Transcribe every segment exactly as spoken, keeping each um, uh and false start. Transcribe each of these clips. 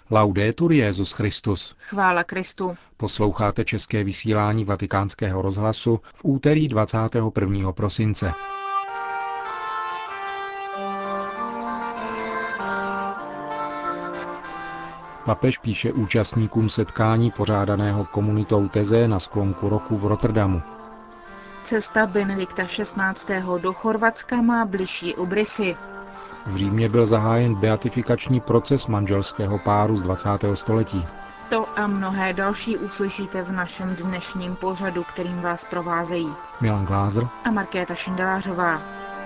Laudetur Jesus Christus. Chvála Kristu. Posloucháte české vysílání Vatikánského rozhlasu v úterý dvacátého prvního prosince. Papež píše účastníkům setkání pořádaného komunitou Teze na sklonku roku v Rotterdamu. Cesta Benedikta šestnáctého. do Chorvatska má bližší obrysy. V Římě byl zahájen beatifikační proces manželského páru z dvacátého století. To a mnohé další uslyšíte v našem dnešním pořadu, kterým vás provázejí Milan Glázer a Markéta Šindelářová.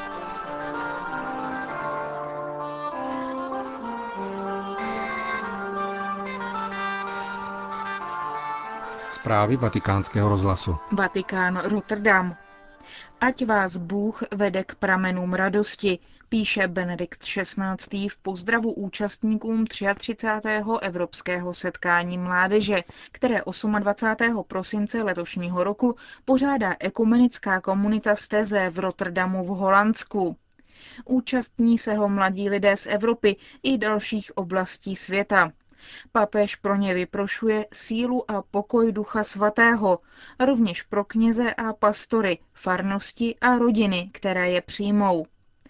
Zprávy Vatikánského rozhlasu. Vatikán, Rotterdam. Ať vás Bůh vede k pramenům radosti, píše Benedikt šestnáctý. v pozdravu účastníkům třicátého třetího Evropského setkání mládeže, které dvacátého osmého prosince letošního roku pořádá ekumenická komunita z Teze v Rotterdamu v Holandsku. Účastní se ho mladí lidé z Evropy i dalších oblastí světa. Papež pro ně vyprošuje sílu a pokoj Ducha Svatého, rovněž pro kněze a pastory, farnosti a rodiny, které je přijmou.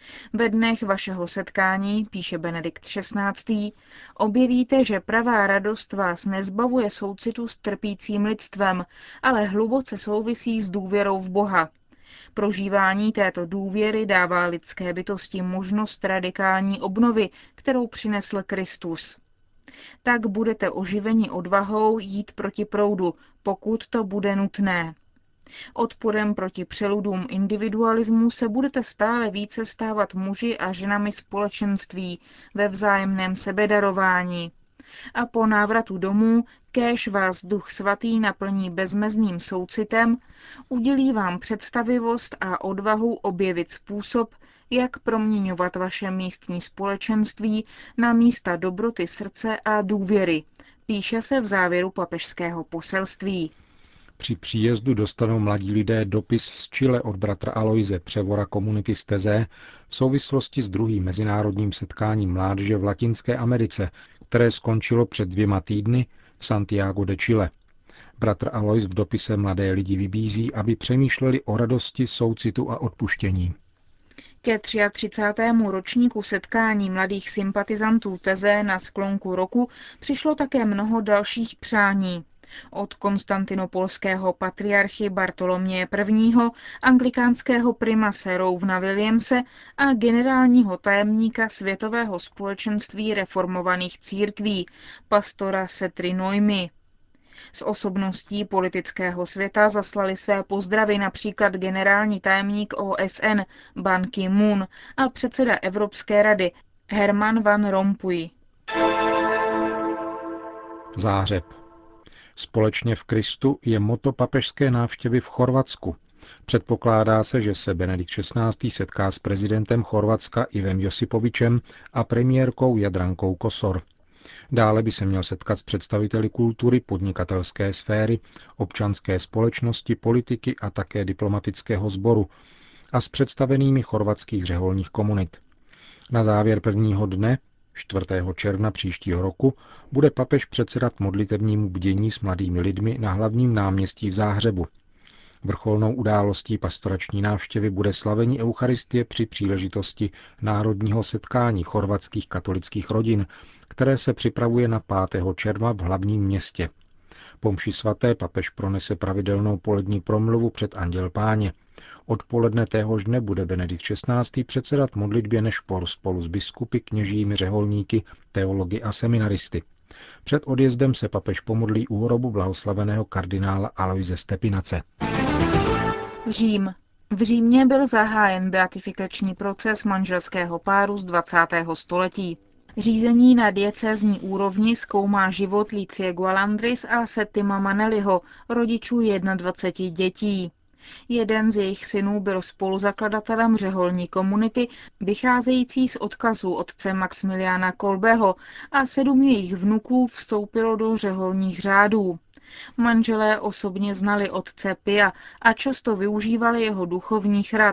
Ve dnech vašeho setkání, píše Benedikt šestnáctý. objevíte, že pravá radost vás nezbavuje soucitu s trpícím lidstvem, ale hluboce souvisí s důvěrou v Boha. Prožívání této důvěry dává lidské bytosti možnost radikální obnovy, kterou přinesl Kristus. Tak budete oživeni odvahou jít proti proudu, pokud to bude nutné. Odporem proti přeludům individualismu se budete stále více stávat muži a ženami společenství ve vzájemném sebedarování. A po návratu domů, kéž vás Duch Svatý naplní bezmezným soucitem, udělí vám představivost a odvahu objevit způsob, jak proměňovat vaše místní společenství na místa dobroty srdce a důvěry, píše se v závěru papežského poselství. Při příjezdu dostanou mladí lidé dopis z Chile od bratra Aloise, převora komunity z Teze, v souvislosti s druhým mezinárodním setkáním mládeže v Latinské Americe, které skončilo před dvěma týdny v Santiago de Chile. Bratr Alois v dopise mladé lidi vybízí, aby přemýšleli o radosti, soucitu a odpuštění. Ke třiatřicátému ročníku setkání mladých sympatizantů Teze na sklonku roku přišlo také mnoho dalších přání. Od konstantinopolského patriarchy Bartoloměje I., anglikánského primase Rouvna Williamse a generálního tajemníka Světového společenství reformovaných církví, pastora Setry Noimy. Z osobností politického světa zaslali své pozdravy například generální tajemník O S N Ban Ki-moon a předseda Evropské rady Herman Van Rompuy. Zářeb. Společně v Kristu je motto papežské návštěvy v Chorvatsku. Předpokládá se, že se Benedikt šestnáctý. setká s prezidentem Chorvatska Ivem Josipovičem a premiérkou Jadrankou Kosor. Dále by se měl setkat s představiteli kultury, podnikatelské sféry, občanské společnosti, politiky a také diplomatického sboru a s představenými chorvatských řeholních komunit. Na závěr prvního dne, čtvrtého června příštího roku, bude papež předsedat modlitevnímu bdění s mladými lidmi na hlavním náměstí v Záhřebu. Vrcholnou událostí pastorační návštěvy bude slavení Eucharistie při příležitosti národního setkání chorvatských katolických rodin, které se připravuje na pátého června v hlavním městě. Po mši svaté papež pronese pravidelnou polední promluvu před Anděl Páně. Odpoledne téhož dne bude Benedikt šestnáctý. předsedat modlitbě nešpor spolu s biskupy, kněžími, řeholníky, teology a seminaristy. Před odjezdem se papež pomodlí u hrobu blahoslaveného kardinála Aloise Stepinace. Řím. V Římě byl zahájen beatifikační proces manželského páru z dvacátého století. Řízení na diecézní úrovni zkoumá život Licie Gualandris a Settima Maneliho, rodičů dvaceti jedné dětí. Jeden z jejich synů byl spoluzakladatelem řeholní komunity, vycházející z odkazů otce Maximiliána Kolbeho, a sedm jejich vnuků vstoupilo do řeholních řádů. Manželé osobně znali otce Pia a často využívali jeho duchovních rad.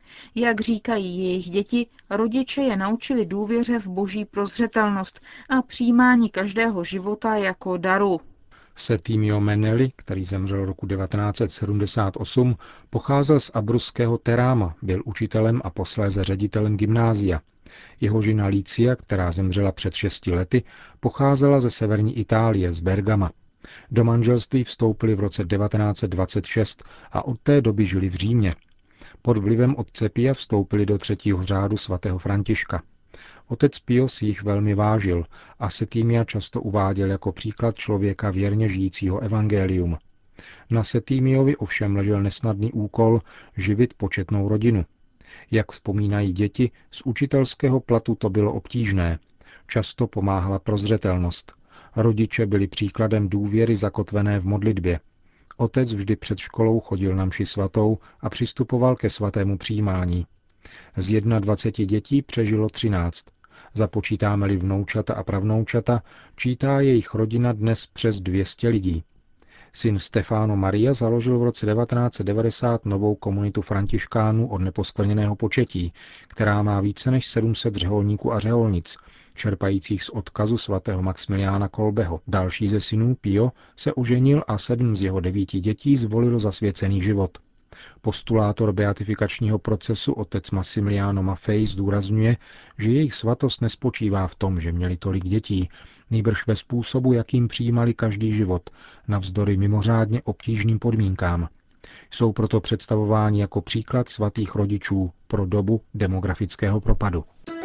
Jak říkají jejich děti, rodiče je naučili důvěře v boží prozřetelnost a přijímání každého života jako daru. Settimio Mennelli, který zemřel roku devatenáct set sedmdesát osm, pocházel z abruského Teráma, byl učitelem a posléze ředitelem gymnázia. Jeho žena Lícia, která zemřela před šesti lety, pocházela ze severní Itálie, z Bergama. Do manželství vstoupili v roce devatenáct set dvacet šest a od té doby žili v Římě. Pod vlivem otce Pia vstoupili do třetího řádu svatého Františka. Otec Pio si jich velmi vážil a Settimia často uváděl jako příklad člověka věrně žijícího evangelium. Na Settimiovi ovšem ležel nesnadný úkol živit početnou rodinu. Jak vzpomínají děti, z učitelského platu to bylo obtížné. Často pomáhala prozřetelnost. Rodiče byli příkladem důvěry zakotvené v modlitbě. Otec vždy před školou chodil na mši svatou a přistupoval ke svatému přijímání. Z dvaceti jedna dětí přežilo třináct. Započítáme-li vnoučata a pravnoučata, čítá jejich rodina dnes přes dvě stě lidí. Syn Stefano Maria založil v roce devatenáct set devadesát novou komunitu františkánů od neposkvrněného početí, která má více než sedm set řeholníků a řeholnic, čerpajících z odkazu svatého Maximiliána Kolbeho. Další ze synů, Pio, se oženil a sedm z jeho devíti dětí zvolilo zasvěcený život. Postulátor beatifikačního procesu otec Massimiliano Maffei zdůrazňuje, že jejich svatost nespočívá v tom, že měli tolik dětí, nýbrž ve způsobu, jakým přijímali každý život, navzdory mimořádně obtížným podmínkám. Jsou proto představováni jako příklad svatých rodičů pro dobu demografického propadu.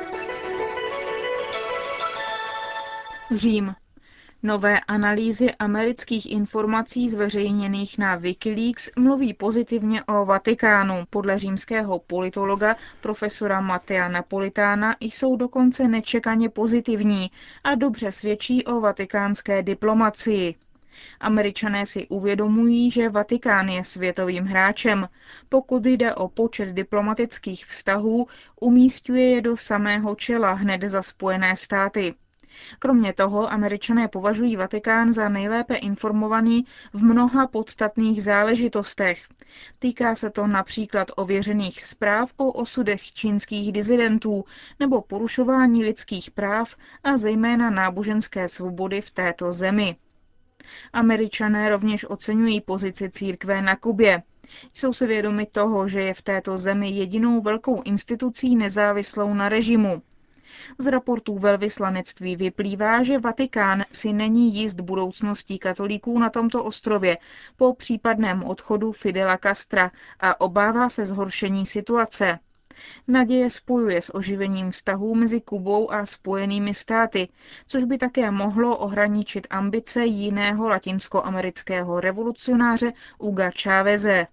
Řím. Nové analýzy amerických informací zveřejněných na Wikileaks mluví pozitivně o Vatikánu. Podle římského politologa profesora Mattea Napolitána jsou dokonce nečekaně pozitivní a dobře svědčí o vatikánské diplomacii. Američané si uvědomují, že Vatikán je světovým hráčem. Pokud jde o počet diplomatických vztahů, umísťuje je do samého čela hned za Spojené státy. Kromě toho Američané považují Vatikán za nejlépe informovaný v mnoha podstatných záležitostech. Týká se to například ověřených zpráv o osudech čínských disidentů nebo porušování lidských práv a zejména náboženské svobody v této zemi. Američané rovněž oceňují pozici církve na Kubě. Jsou si vědomi toho, že je v této zemi jedinou velkou institucí nezávislou na režimu. Z raportů velvyslanectví vyplývá, že Vatikán si není jist budoucností katolíků na tomto ostrově po případném odchodu Fidela Castra a obává se zhoršení situace. Naděje spojuje s oživením vztahů mezi Kubou a Spojenými státy, což by také mohlo ohraničit ambice jiného latinskoamerického revolucionáře Huga Cháveze.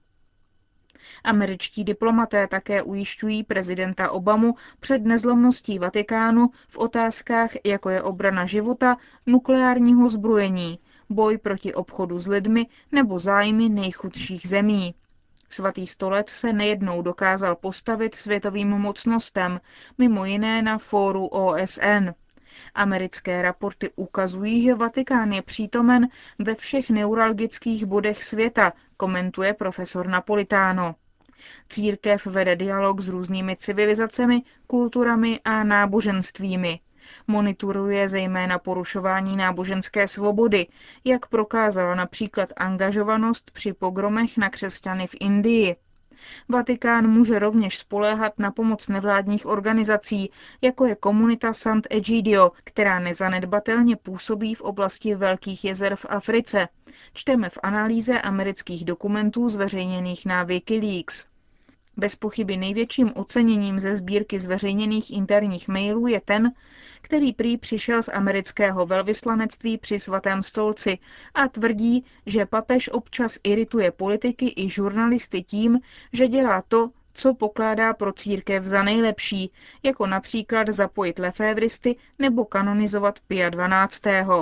Američtí diplomaté také ujišťují prezidenta Obamu před nezlomností Vatikánu v otázkách, jako je obrana života, nukleárního zbrojení, boj proti obchodu s lidmi nebo zájmy nejchudších zemí. Svatý stolec se nejednou dokázal postavit světovým mocnostem, mimo jiné na fóru O S N. Americké raporty ukazují, že Vatikán je přítomen ve všech neuralgických bodech světa, komentuje profesor Napolitano. Církev vede dialog s různými civilizacemi, kulturami a náboženstvími. Monitoruje zejména porušování náboženské svobody, jak prokázala například angažovanost při pogromech na křesťany v Indii. Vatikán může rovněž spoléhat na pomoc nevládních organizací, jako je komunita Sant'Egidio, která nezanedbatelně působí v oblasti Velkých jezer v Africe. Čteme v analýze amerických dokumentů zveřejněných na Wikileaks. Bez pochyby největším oceněním ze sbírky zveřejněných interních mailů je ten, který prý přišel z amerického velvyslanectví při Svatém stolci a tvrdí, že papež občas irituje politiky i žurnalisty tím, že dělá to, co pokládá pro církev za nejlepší, jako například zapojit lefébristy nebo kanonizovat Pia dvanáctého.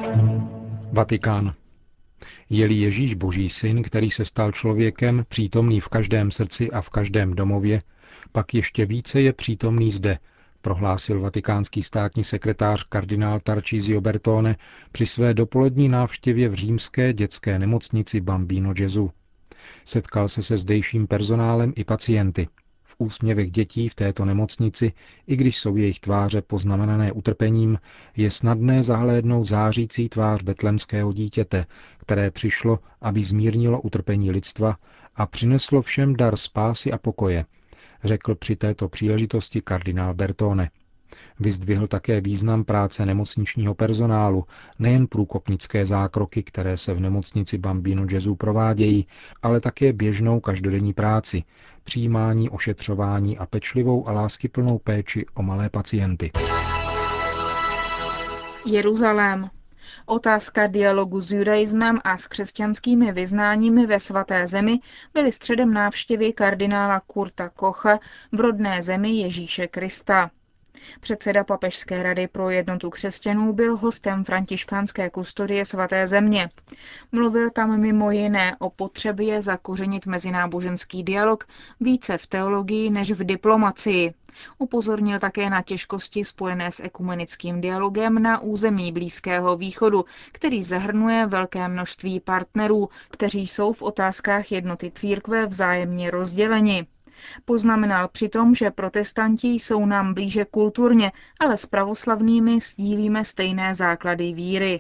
Vatikán. Je-li Ježíš Boží syn, který se stal člověkem, přítomný v každém srdci a v každém domově, pak ještě více je přítomný zde, prohlásil vatikánský státní sekretář kardinál Tarcisio Bertone při své dopolední návštěvě v římské dětské nemocnici Bambino Gesù. Setkal se se zdejším personálem i pacienty. V úsměvech dětí v této nemocnici, i když jsou jejich tváře poznamenané utrpením, je snadné zahlédnout zářící tvář betlemského dítěte, které přišlo, aby zmírnilo utrpení lidstva a přineslo všem dar spásy a pokoje, řekl při této příležitosti kardinál Bertone. Vyzdvihl také význam práce nemocničního personálu, nejen průkopnické zákroky, které se v nemocnici Bambino Gesù provádějí, ale také běžnou každodenní práci, přijímání, ošetřování a pečlivou a láskyplnou péči o malé pacienty. Jeruzalém. Otázka dialogu s judaismem a s křesťanskými vyznáními ve svaté zemi byly středem návštěvy kardinála Kurta Kocha v rodné zemi Ježíše Krista. Předseda Papežské rady pro jednotu křesťanů byl hostem františkánské kustodie svaté země. Mluvil tam mimo jiné o potřebě zakořenit mezináboženský dialog více v teologii než v diplomacii. Upozornil také na těžkosti spojené s ekumenickým dialogem na území Blízkého východu, který zahrnuje velké množství partnerů, kteří jsou v otázkách jednoty církve vzájemně rozděleni. Poznamenal přitom, že protestanti jsou nám blíže kulturně, ale s pravoslavnými sdílíme stejné základy víry.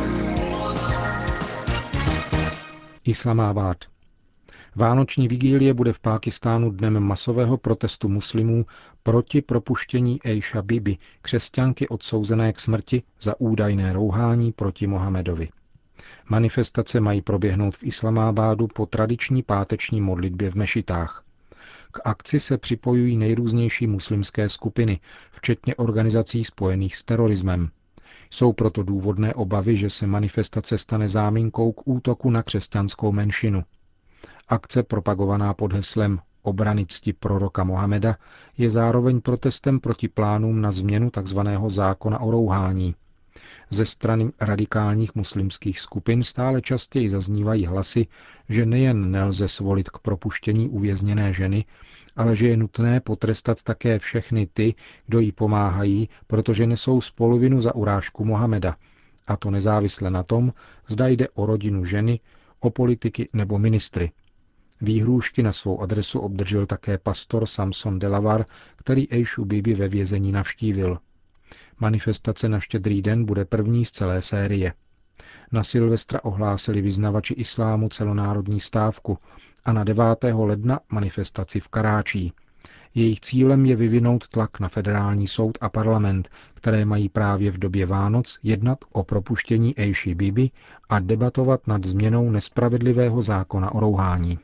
Islamabad. Vánoční vigílie bude v Pákistánu dnem masového protestu muslimů proti propuštění Ejša Bibi, křesťanky odsouzené k smrti za údajné rouhání proti Mohamedovi. Manifestace mají proběhnout v Islamabádu po tradiční páteční modlitbě v mešitách. K akci se připojují nejrůznější muslimské skupiny, včetně organizací spojených s terorismem. Jsou proto důvodné obavy, že se manifestace stane záminkou k útoku na křesťanskou menšinu. Akce propagovaná pod heslem obrany cti proroka Mohameda je zároveň protestem proti plánům na změnu tzv. Zákona o rouhání. Ze strany radikálních muslimských skupin stále častěji zaznívají hlasy, že nejen nelze svolit k propuštění uvězněné ženy, ale že je nutné potrestat také všechny ty, kdo jí pomáhají, protože nesou spoluvinu za urážku Mohameda, a to nezávisle na tom, zda jde o rodinu ženy, o politiky nebo ministry. Výhrůžky na svou adresu obdržel také pastor Samson Delavar, který Ejšu Bibi ve vězení navštívil. Manifestace na Štědrý den bude první z celé série. Na Silvestra ohlásili vyznavači islámu celonárodní stávku a na devátého ledna manifestaci v Karáčí. Jejich cílem je vyvinout tlak na federální soud a parlament, které mají právě v době Vánoc jednat o propuštění Ejši Bibi a debatovat nad změnou nespravedlivého zákona o rouhání.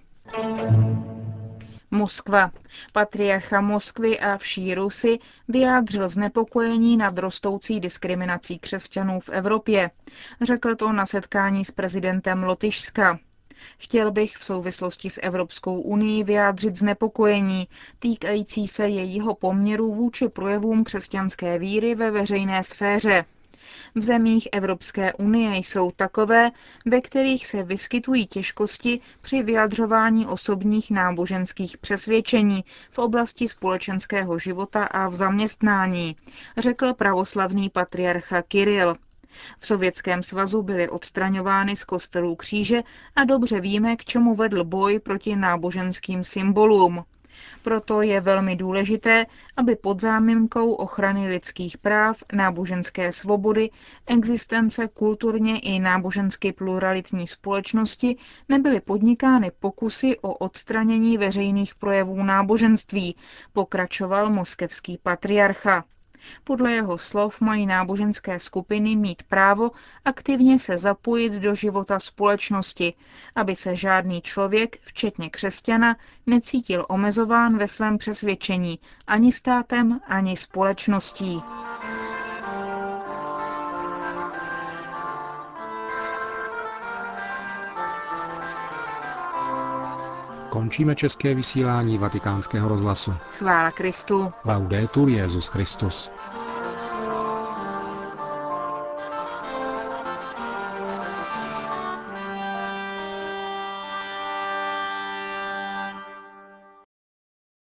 Moskva. Patriarcha Moskvy a vší Rusy vyjádřil znepokojení nad rostoucí diskriminací křesťanů v Evropě. Řekl to na setkání s prezidentem Lotyšska. Chtěl bych v souvislosti s Evropskou unií vyjádřit znepokojení týkající se jejího poměru vůči projevům křesťanské víry ve veřejné sféře. V zemích Evropské unie jsou takové, ve kterých se vyskytují těžkosti při vyjadřování osobních náboženských přesvědčení v oblasti společenského života a v zaměstnání, řekl pravoslavný patriarcha Kiril. V Sovětském svazu byly odstraňovány z kostelů kříže a dobře víme, k čemu vedl boj proti náboženským symbolům. Proto je velmi důležité, aby pod záminkou ochrany lidských práv, náboženské svobody, existence kulturně i nábožensky pluralitní společnosti nebyly podnikány pokusy o odstranění veřejných projevů náboženství, pokračoval moskevský patriarcha. Podle jeho slov mají náboženské skupiny mít právo aktivně se zapojit do života společnosti, aby se žádný člověk, včetně křesťana, necítil omezován ve svém přesvědčení ani státem, ani společností. Končíme české vysílání Vatikánského rozhlasu. Chvála Kristu. Laudetur Jesus Christus.